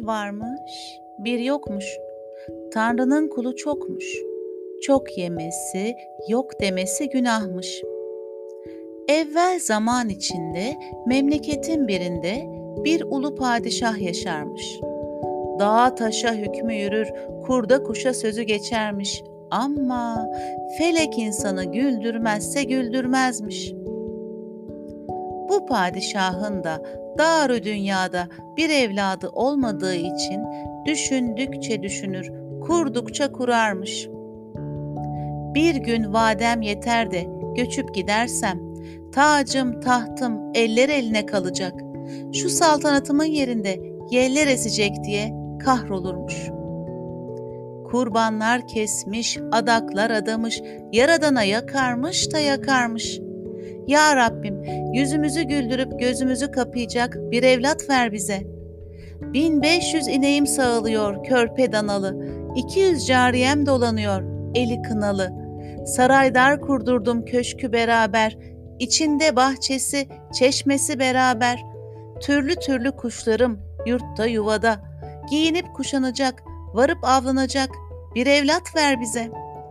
Bir varmış, bir yokmuş. Tanrı'nın kulu çokmuş. Çok yemesi, yok demesi günahmış. Evvel zaman içinde memleketin birinde bir ulu padişah yaşarmış. Dağa taşa hükmü yürür, kurda kuşa sözü geçermiş. Ama felek insanı güldürmezse güldürmezmiş. Bu padişahın da darü dünyada bir evladı olmadığı için düşündükçe düşünür, kurdukça kurarmış. Bir gün vadem yeter de göçüp gidersem, tacım tahtım eller eline kalacak. Şu saltanatımın yerinde yeller esecek diye kahrolurmuş. Kurbanlar kesmiş, adaklar adamış, yaradana yakarmış da yakarmış. Ya Rabbim, yüzümüzü güldürüp gözümüzü kapayacak bir evlat ver bize. 1500 ineğim sağılıyor körpe danalı, 200 cariyem dolanıyor eli kınalı. Saraydar kurdurdum köşkü beraber, içinde bahçesi, çeşmesi beraber. Türlü türlü kuşlarım yurtta yuvada, giyinip kuşanacak, varıp avlanacak bir evlat ver bize.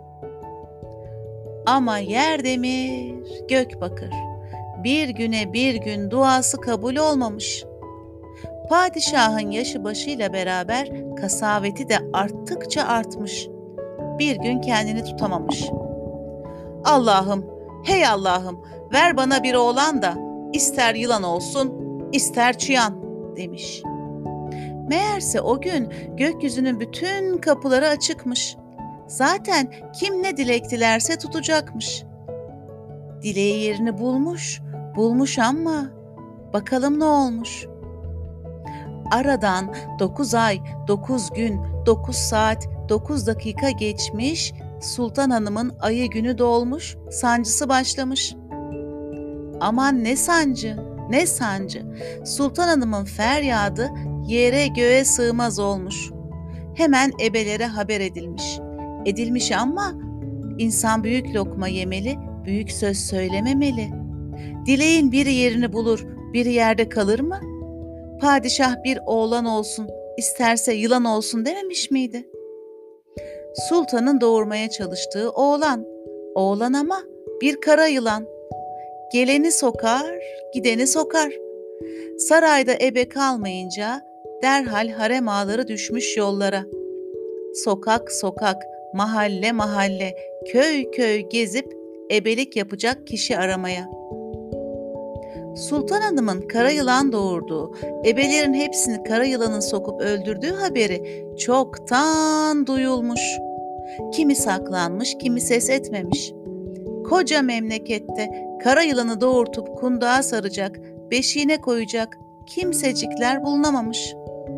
Ama yer demir, gök bakır. Bir güne bir gün duası kabul olmamış. Padişahın yaşı başıyla beraber kasaveti de arttıkça artmış. Bir gün kendini tutamamış. Allah'ım, hey Allah'ım, ver bana bir oğlan da ister yılan olsun, ister çıyan demiş. Meğerse o gün gökyüzünün bütün kapıları açıkmış. Zaten kim ne dilek dilerse tutacakmış. Dileği yerini bulmuş ama bakalım ne olmuş. Aradan 9 ay, 9 gün, 9 saat, 9 dakika geçmiş, Sultan Hanım'ın ayı günü dolmuş, sancısı başlamış. Aman ne sancı, ne sancı. Sultan Hanım'ın feryadı yere göğe sığmaz olmuş. Hemen ebelere haber edilmiş. Edilmiş ama insan büyük lokma yemeli, büyük söz söylememeli. Dileğin biri yerini bulur, biri yerde kalır mı? Padişah bir oğlan olsun, isterse yılan olsun dememiş miydi? Sultanın doğurmaya çalıştığı oğlan. Oğlan ama bir kara yılan. Geleni sokar, gideni sokar. Sarayda ebe kalmayınca derhal harem ağaları düşmüş yollara. Sokak sokak, mahalle mahalle, köy köy gezip ebelik yapacak kişi aramaya. Sultan Hanım'ın kara yılan doğurduğu, ebelerin hepsini kara yılanın sokup öldürdüğü haberi çoktan duyulmuş. Kimi saklanmış, kimi ses etmemiş. Koca memlekette kara yılanı doğurtup kundağa saracak, beşiğine koyacak kimsecikler bulunamamış.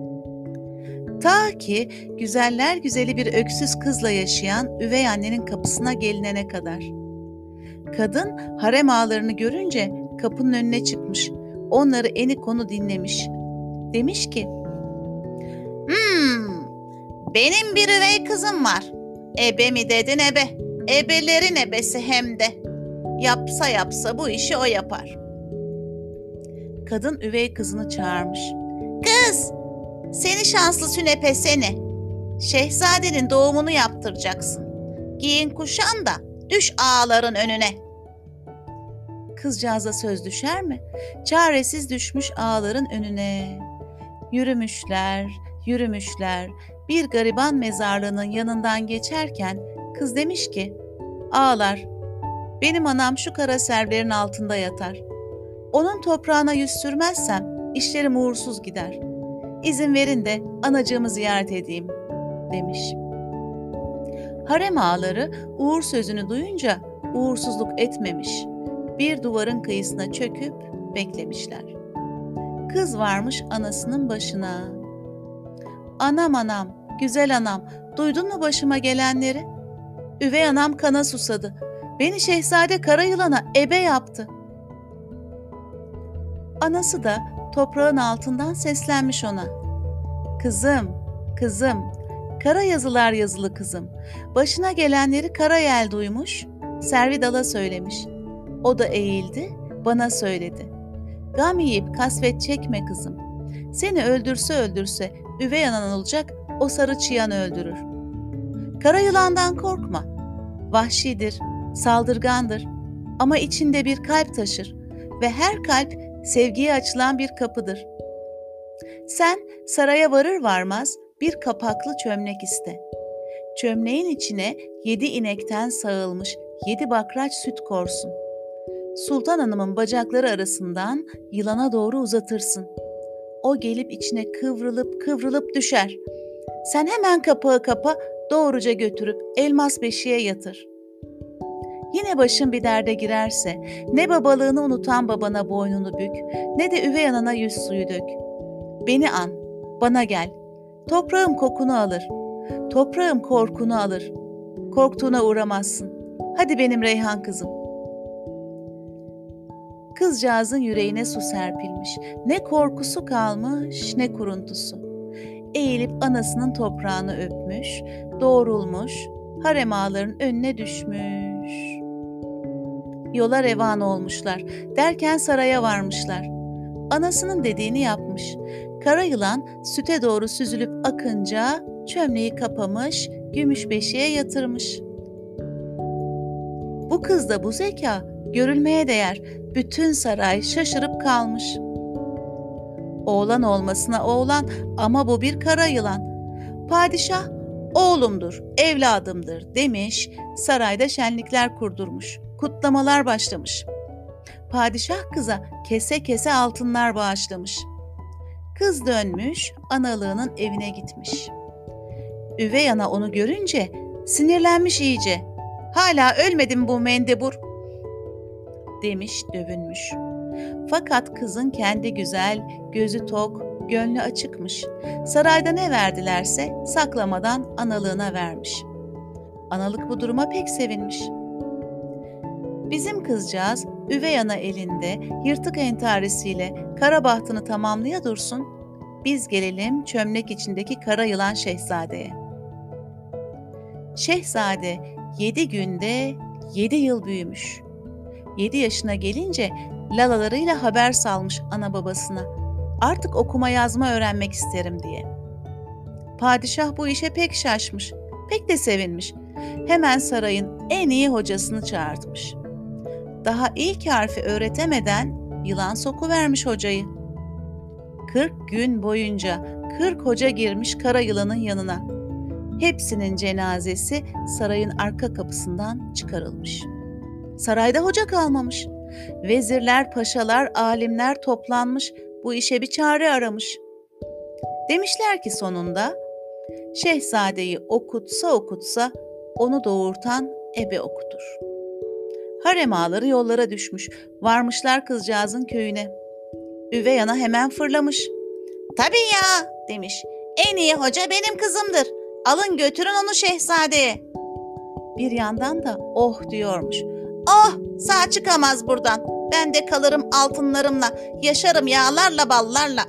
Ta ki güzeller güzeli bir öksüz kızla yaşayan üvey annenin kapısına gelinene kadar. Kadın harem ağalarını görünce kapının önüne çıkmış, onları eni konu dinlemiş. Demiş ki, benim bir üvey kızım var. Ebe mi dedin ebe? Ebelerin ebesi hem de. Yapsa yapsa bu işi o yapar. Kadın üvey kızını çağırmış. Kız, seni şanslı sünepe seni. Şehzadenin doğumunu yaptıracaksın. Giyin kuşan da düş ağaların önüne. Kızcağıza söz düşer mi? Çaresiz düşmüş ağaların önüne. Yürümüşler, yürümüşler. Bir gariban mezarlığının yanından geçerken kız demiş ki, ağalar, benim anam şu kara servlerin altında yatar. Onun toprağına yüz sürmezsem işlerim uğursuz gider. İzin verin de anacığımı ziyaret edeyim, demiş. Harem ağaları uğur sözünü duyunca uğursuzluk etmemiş. Bir duvarın kıyısına çöküp beklemişler. Kız varmış anasının başına. Anam anam, güzel anam, duydun mu başıma gelenleri? Üvey anam kana susadı. Beni şehzade kara yılana ebe yaptı. Anası da toprağın altından seslenmiş ona. Kızım, kızım, kara yazılar yazılı kızım. Başına gelenleri kara yel duymuş, Servidal'a söylemiş. O da eğildi, bana söyledi. Gam yiyip kasvet çekme kızım. Seni öldürse öldürse üvey anan olacak, o sarı çıyanı öldürür. Kara yılandan korkma. Vahşidir, saldırgandır ama içinde bir kalp taşır ve her kalp sevgiye açılan bir kapıdır. Sen saraya varır varmaz bir kapaklı çömlek iste. Çömleğin içine 7 inekten sağılmış 7 bakraç süt korsun. Sultan Hanım'ın bacakları arasından yılana doğru uzatırsın. O gelip içine kıvrılıp kıvrılıp düşer. Sen hemen kapağı kapa, doğruca götürüp elmas beşiğe yatır. Yine başın bir derde girerse, ne babalığını unutan babana boynunu bük, ne de üvey anana yüz suyu dök. Beni an, bana gel. Toprağım kokunu alır. Toprağım korkunu alır. Korktuğuna uğramazsın. Hadi benim Reyhan kızım. Kızcağızın yüreğine su serpilmiş. Ne korkusu kalmış, ne kuruntusu. Eğilip anasının toprağını öpmüş, doğrulmuş, harem ağaların önüne düşmüş. Yola revan olmuşlar, derken saraya varmışlar. Anasının dediğini yapmış. Kara yılan süte doğru süzülüp akınca çömleği kapamış, gümüş beşiğe yatırmış. Bu kızda bu zeka görülmeye değer. Bütün saray şaşırıp kalmış. Oğlan olmasına oğlan ama bu bir kara yılan. Padişah oğlumdur, evladımdır demiş, sarayda şenlikler kurdurmuş, kutlamalar başlamış. Padişah kıza kese kese altınlar bağışlamış. Kız dönmüş, analığının evine gitmiş. Üvey ana onu görünce sinirlenmiş iyice. Hala ölmedi mi bu mendebur? Demiş, dövünmüş. Fakat kızın kendi güzel, gözü tok, gönlü açıkmış. Sarayda ne verdilerse saklamadan analığına vermiş. Analık bu duruma pek sevinmiş. Bizim kızcağız üvey ana elinde yırtık entarisiyle kara bahtını tamamlaya dursun, biz gelelim çömlek içindeki kara yılan şehzadeye. Şehzade 7 günde 7 yıl büyümüş. 7 yaşına gelince lalalarıyla haber salmış ana babasına. Artık okuma yazma öğrenmek isterim diye. Padişah bu işe pek şaşmış, pek de sevinmiş. Hemen sarayın en iyi hocasını çağırtmış. Daha ilk harfi öğretemeden yılan sokuvermiş hocayı. 40 gün boyunca 40 hoca girmiş kara yılanın yanına. Hepsinin cenazesi sarayın arka kapısından çıkarılmış. Sarayda hoca kalmamış. Vezirler, paşalar, alimler toplanmış, bu işe bir çare aramış. Demişler ki sonunda, şehzadeyi okutsa okutsa onu doğurtan ebe okutur. Harem ağaları yollara düşmüş, varmışlar kızcağızın köyüne. Üvey ana hemen fırlamış. Tabii ya demiş, en iyi hoca benim kızımdır. Alın götürün onu şehzadeye. Bir yandan da oh diyormuş. Oh, sağ çıkamaz buradan. Ben de kalırım altınlarımla, yaşarım yağlarla ballarla.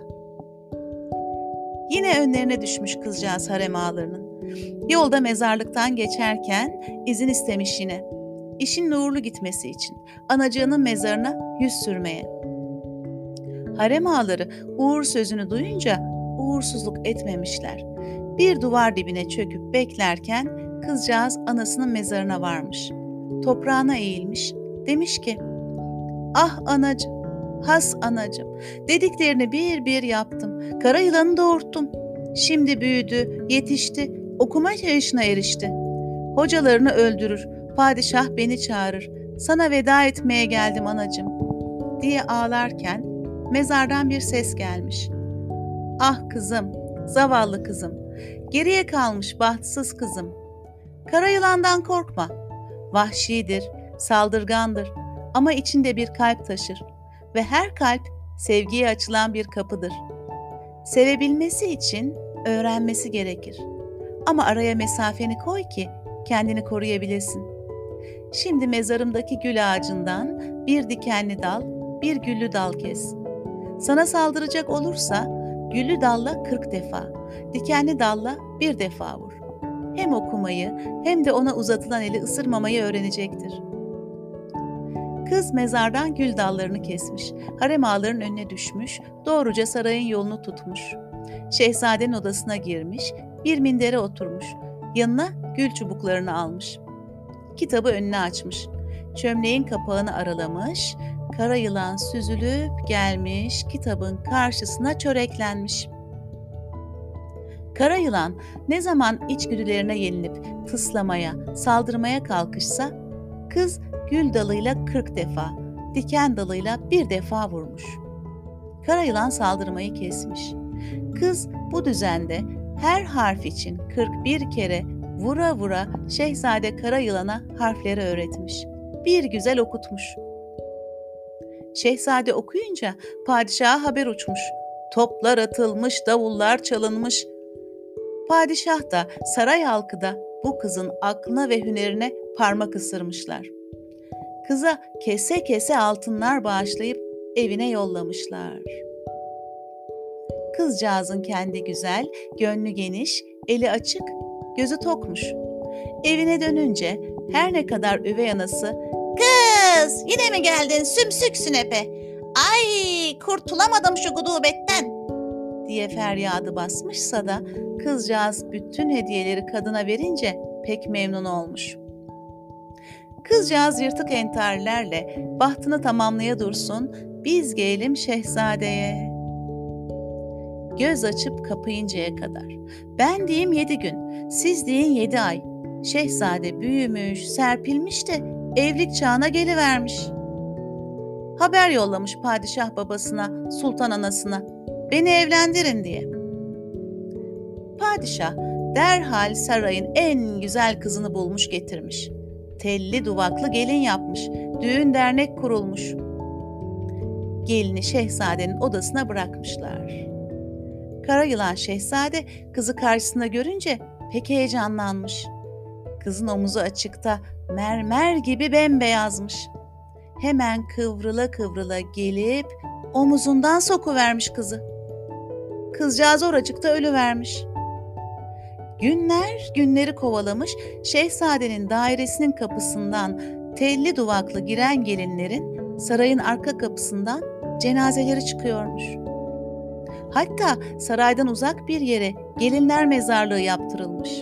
Yine önlerine düşmüş kızcağız harem ağalarının. Yolda mezarlıktan geçerken izin istemiş yine. İşin uğurlu gitmesi için, anacığının mezarına yüz sürmeye. Harem ağaları uğur sözünü duyunca uğursuzluk etmemişler. Bir duvar dibine çöküp beklerken kızcağız anasının mezarına varmış. Toprağına eğilmiş, demiş ki, ah anacığım, has anacığım, dediklerini bir bir yaptım, kara yılanı doğurttum. Şimdi büyüdü, yetişti, okuma yaşına erişti. Hocalarını öldürür, padişah beni çağırır, sana veda etmeye geldim anacığım, diye ağlarken mezardan bir ses gelmiş. Ah kızım, zavallı kızım, geriye kalmış bahtsız kızım. Kara yılandan korkma, vahşidir, saldırgandır ama içinde bir kalp taşır ve her kalp sevgiye açılan bir kapıdır. Sevebilmesi için öğrenmesi gerekir. Ama araya mesafeni koy ki kendini koruyabilesin. Şimdi mezarımdaki gül ağacından bir dikenli dal, bir güllü dal kes. Sana saldıracak olursa güllü dalla 40 defa, dikenli dalla 1 defa vur. Hem okumayı hem de ona uzatılan eli ısırmamayı öğrenecektir. Kız mezardan gül dallarını kesmiş, harem ağalarının önüne düşmüş, doğruca sarayın yolunu tutmuş. Şehzadenin odasına girmiş, bir mindere oturmuş, yanına gül çubuklarını almış. Kitabı önüne açmış, çömleğin kapağını aralamış, kara yılan süzülüp gelmiş, kitabın karşısına çöreklenmiş. Kara yılan ne zaman içgüdülerine yenilip tıslamaya, saldırmaya kalkışsa, kız gül dalıyla 40 defa, diken dalıyla 1 defa vurmuş. Kara yılan saldırmayı kesmiş. Kız bu düzende her harf için 41 kere vura vura Şehzade Kara Yılan'a harfleri öğretmiş. Bir güzel okutmuş. Şehzade okuyunca padişaha haber uçmuş. Toplar atılmış, davullar çalınmış. Padişah da saray halkı da bu kızın aklına ve hünerine parmak ısırmışlar. Kıza kese kese altınlar bağışlayıp evine yollamışlar. Kızcağızın kendi güzel, gönlü geniş, eli açık, gözü tokmuş. Evine dönünce her ne kadar üvey anası "Kız, yine mi geldin sümsük sünepe? Ay, kurtulamadım şu gudubetten" diye feryadı basmışsa da kızcağız bütün hediyeleri kadına verince pek memnun olmuş. Kızcağız yırtık entarilerle bahtını tamamlaya dursun, biz gelelim şehzadeye. Göz açıp kapayıncaya kadar. Ben diyeyim 7 gün, siz deyin 7 ay. Şehzade büyümüş, serpilmiş de evlilik çağına gelivermiş. Haber yollamış padişah babasına, sultan anasına, beni evlendirin diye. Padişah derhal sarayın en güzel kızını bulmuş getirmiş. Telli duvaklı gelin yapmış, düğün dernek kurulmuş. Gelini şehzadenin odasına bırakmışlar. Kara yılan şehzade kızı karşısında görünce pek heyecanlanmış. Kızın omuzu açıkta mermer gibi bembeyazmış. Hemen kıvrıla kıvrıla gelip omuzundan sokuvermiş kızı. Kızcağız oracıkta ölüvermiş. Günler günleri kovalamış, şehzadenin dairesinin kapısından telli duvaklı giren gelinlerin sarayın arka kapısından cenazeleri çıkıyormuş. Hatta saraydan uzak bir yere gelinler mezarlığı yaptırılmış.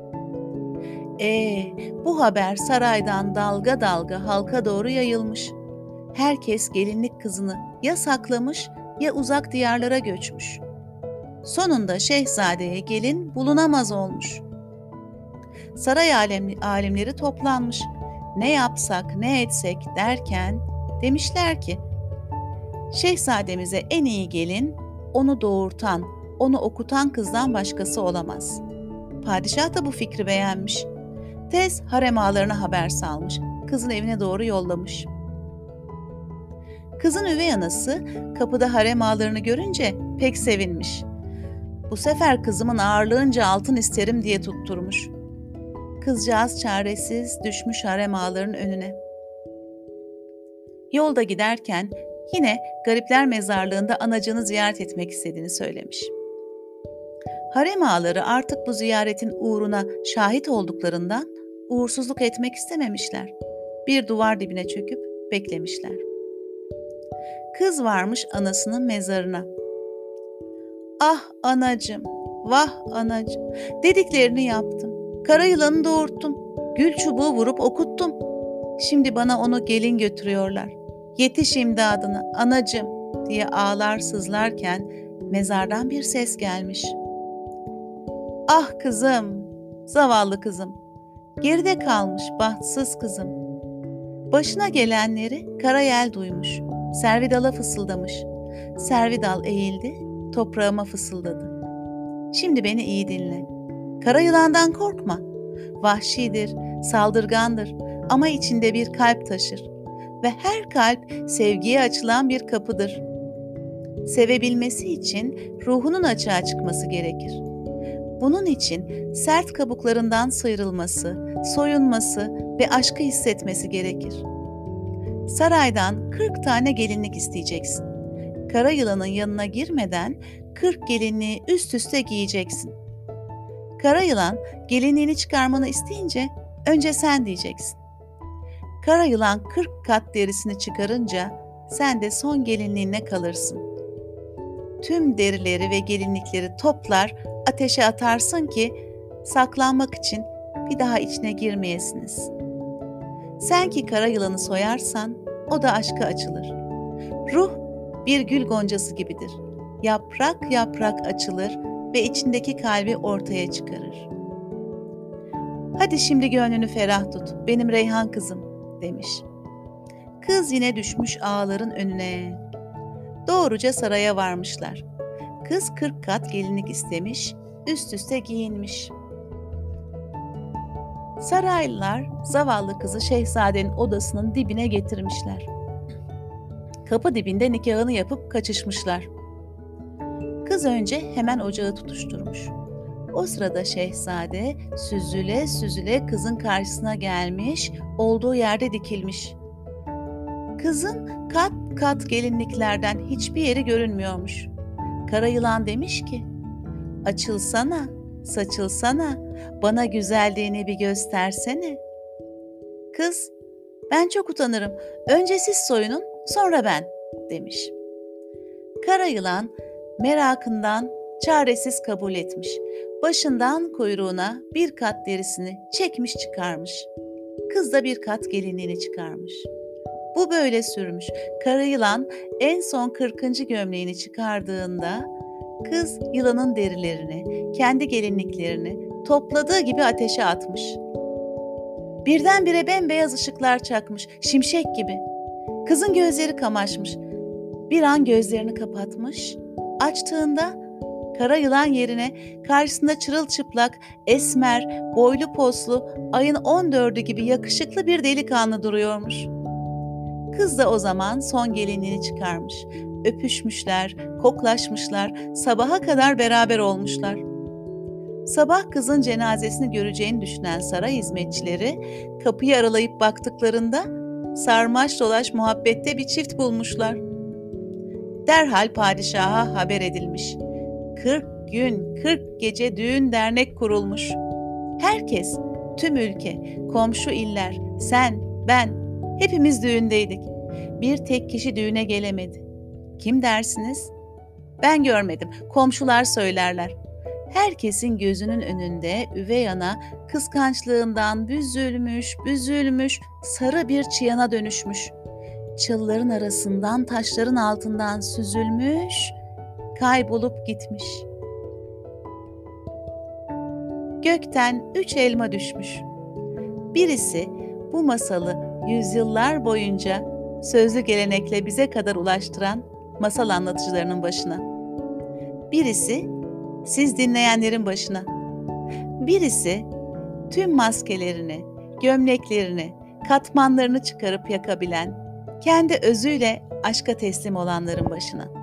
Bu haber saraydan dalga dalga halka doğru yayılmış. Herkes gelinlik kızını ya saklamış ya uzak diyarlara göçmüş. Sonunda şehzadeye gelin bulunamaz olmuş. Saray alimleri toplanmış. Ne yapsak ne etsek derken demişler ki, şehzademize en iyi gelin onu doğurtan, onu okutan kızdan başkası olamaz. Padişah da bu fikri beğenmiş. Tez harem ağalarına haber salmış, kızın evine doğru yollamış. Kızın üvey anası kapıda harem ağalarını görünce pek sevinmiş. Bu sefer kızımın ağırlığınca altın isterim diye tutturmuş. Kızcağız çaresiz düşmüş harem ağalarının önüne. Yolda giderken yine garipler mezarlığında anacığını ziyaret etmek istediğini söylemiş. Harem ağaları artık bu ziyaretin uğruna şahit olduklarından uğursuzluk etmek istememişler. Bir duvar dibine çöküp beklemişler. Kız varmış anasının mezarına. Ah anacığım, vah anacığım, dediklerini yaptım. Kara yılanı doğurttum, gül çubuğu vurup okuttum. Şimdi bana onu gelin götürüyorlar. Yetiş imdadına anacığım diye ağlar sızlarken mezardan bir ses gelmiş. Ah kızım, zavallı kızım, geride kalmış bahtsız kızım. Başına gelenleri Karayel duymuş, Servidal'a fısıldamış. Servidal eğildi, toprağıma fısıldadı. Şimdi beni iyi dinle. Kara yılandan korkma. Vahşidir, saldırgandır ama içinde bir kalp taşır. Ve her kalp sevgiye açılan bir kapıdır. Sevebilmesi için ruhunun açığa çıkması gerekir. Bunun için sert kabuklarından sıyrılması, soyunması ve aşkı hissetmesi gerekir. Saraydan 40 tane gelinlik isteyeceksin. Kara yılanın yanına girmeden 40 gelinliği üst üste giyeceksin. Kara yılan gelinliğini çıkarmanı isteyince önce sen diyeceksin. Kara yılan 40 kat derisini çıkarınca sen de son gelinliğine kalırsın. Tüm derileri ve gelinlikleri toplar, ateşe atarsın ki saklanmak için bir daha içine girmeyesiniz. Sen ki kara yılanı soyarsan o da aşka açılır. Ruh bir gül goncası gibidir. Yaprak yaprak açılır ve içindeki kalbi ortaya çıkarır. Hadi şimdi gönlünü ferah tut, benim Reyhan kızım, demiş. Kız yine düşmüş ağaların önüne. Doğruca saraya varmışlar. Kız 40 kat gelinlik istemiş, üst üste giyinmiş. Saraylılar zavallı kızı şehzadenin odasının dibine getirmişler. Kapı dibinde nikahını yapıp kaçışmışlar. Kız önce hemen ocağı tutuşturmuş. O sırada şehzade süzüle süzüle kızın karşısına gelmiş, olduğu yerde dikilmiş. Kızın kat kat gelinliklerden hiçbir yeri görünmüyormuş. Kara yılan demiş ki, "Açılsana, saçılsana, bana güzelliğini bir göstersene." Kız, "Ben çok utanırım, önce siz soyunun, sonra ben," demiş. Kara yılan merakından çaresiz kabul etmiş. Başından kuyruğuna bir kat derisini çekmiş çıkarmış. Kız da bir kat gelinliğini çıkarmış. Bu böyle sürmüş. Kara yılan en son 40. gömleğini çıkardığında kız yılanın derilerini, kendi gelinliklerini topladığı gibi ateşe atmış. Birdenbire bembeyaz ışıklar çakmış, şimşek gibi. Kızın gözleri kamaşmış. Bir an gözlerini kapatmış. Açtığında kara yılan yerine karşısında çırılçıplak, esmer, boylu poslu, ayın 14'ü gibi yakışıklı bir delikanlı duruyormuş. Kız da o zaman son gelinliğini çıkarmış. Öpüşmüşler, koklaşmışlar, sabaha kadar beraber olmuşlar. Sabah kızın cenazesini göreceğini düşünen saray hizmetçileri kapıyı aralayıp baktıklarında sarmaş dolaş muhabbette bir çift bulmuşlar. Derhal padişaha haber edilmiş. 40 gün, 40 gece düğün dernek kurulmuş. Herkes, tüm ülke, komşu iller, sen, ben, hepimiz düğündeydik. Bir tek kişi düğüne gelemedi. Kim dersiniz? Ben görmedim, komşular söylerler. Herkesin gözünün önünde üvey ana kıskançlığından büzülmüş, sarı bir çiyana dönüşmüş. Çalıların arasından, taşların altından süzülmüş, kaybolup gitmiş. Gökten 3 elma düşmüş. Birisi bu masalı yüzyıllar boyunca sözlü gelenekle bize kadar ulaştıran masal anlatıcılarının başına. Birisi siz dinleyenlerin başına. Birisi tüm maskelerini, gömleklerini, katmanlarını çıkarıp yakabilen, kendi özüyle aşka teslim olanların başına.